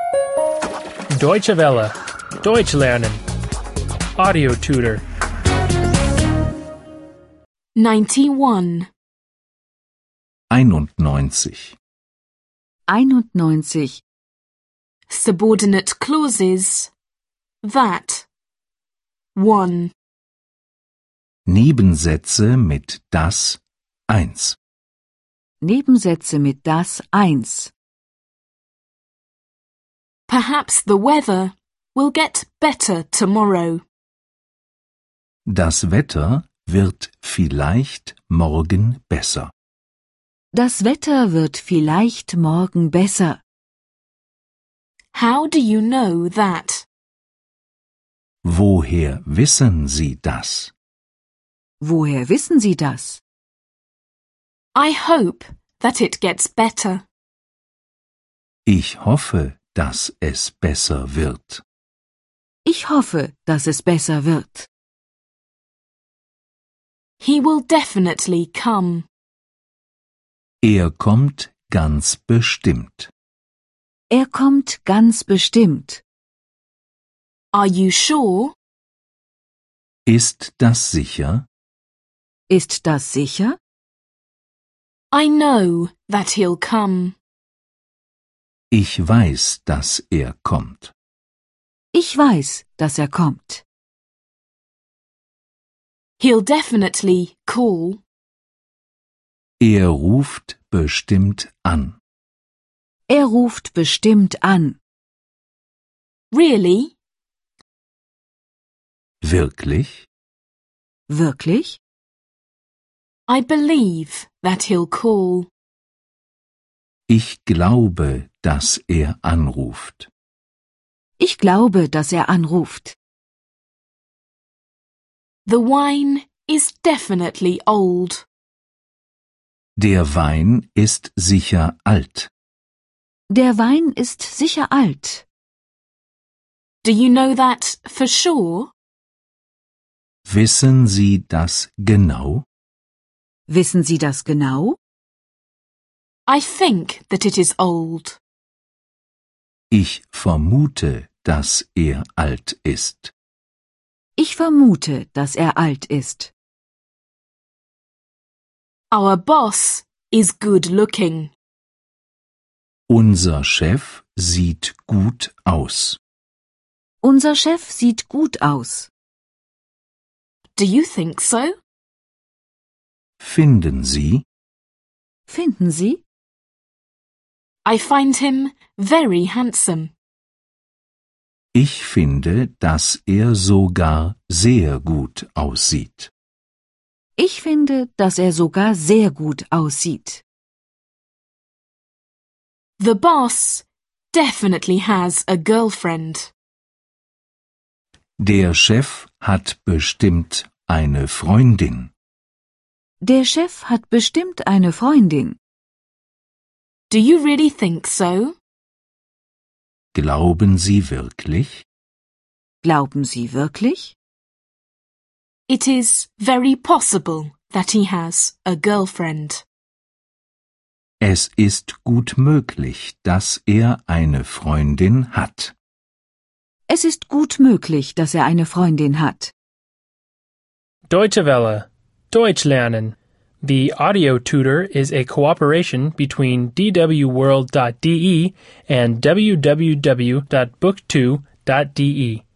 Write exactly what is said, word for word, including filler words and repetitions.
Deutsche Welle. Deutsch lernen. Audio tutor. ninety-one. einundneunzig. einundneunzig. Subordinate clauses. That. one. Nebensätze mit das eins. Nebensätze mit das eins. Perhaps the weather will get better tomorrow. Das Wetter wird vielleicht morgen besser. Das Wetter wird vielleicht morgen besser. How do you know that? Woher wissen Sie das? Woher wissen Sie das? I hope that it gets better. Ich hoffe, dass es besser wird. Ich hoffe, dass es besser wird. He will definitely come. Er kommt ganz bestimmt. Er kommt ganz bestimmt. Are you sure? Ist das sicher? Ist das sicher? I know that he'll come. Ich weiß, dass er kommt. Ich weiß, dass er kommt. He'll definitely call. Er ruft bestimmt an. Er ruft bestimmt an. Really? Wirklich? Wirklich? I believe that he'll call. Ich glaube, dass er anruft. Ich glaube, dass er anruft. The wine is definitely old. Der Wein ist sicher alt. Der Wein ist sicher alt. Do you know that for sure? Wissen Sie das genau? Wissen Sie das genau? I think that it is old. Ich vermute, dass er alt ist. Ich vermute, dass er alt ist. Our boss is good looking. Unser Chef sieht gut aus. Unser Chef sieht gut aus. Do you think so? Finden Sie? Finden Sie? I find him very handsome. Ich finde, dass er sogar sehr gut aussieht. Ich finde, dass er sogar sehr gut aussieht. The boss definitely has a girlfriend. Der Chef hat bestimmt eine Freundin. Der Chef hat bestimmt eine Freundin. Do you really think so? Glauben Sie wirklich? Glauben Sie wirklich? It is very possible that he has a girlfriend. Es ist gut möglich, dass er eine Freundin hat. Es ist gut möglich, dass er eine Freundin hat. Deutsche Welle. Deutsch lernen. The audio tutor is a cooperation between d w world dot d e and w w w dot book two dot d e.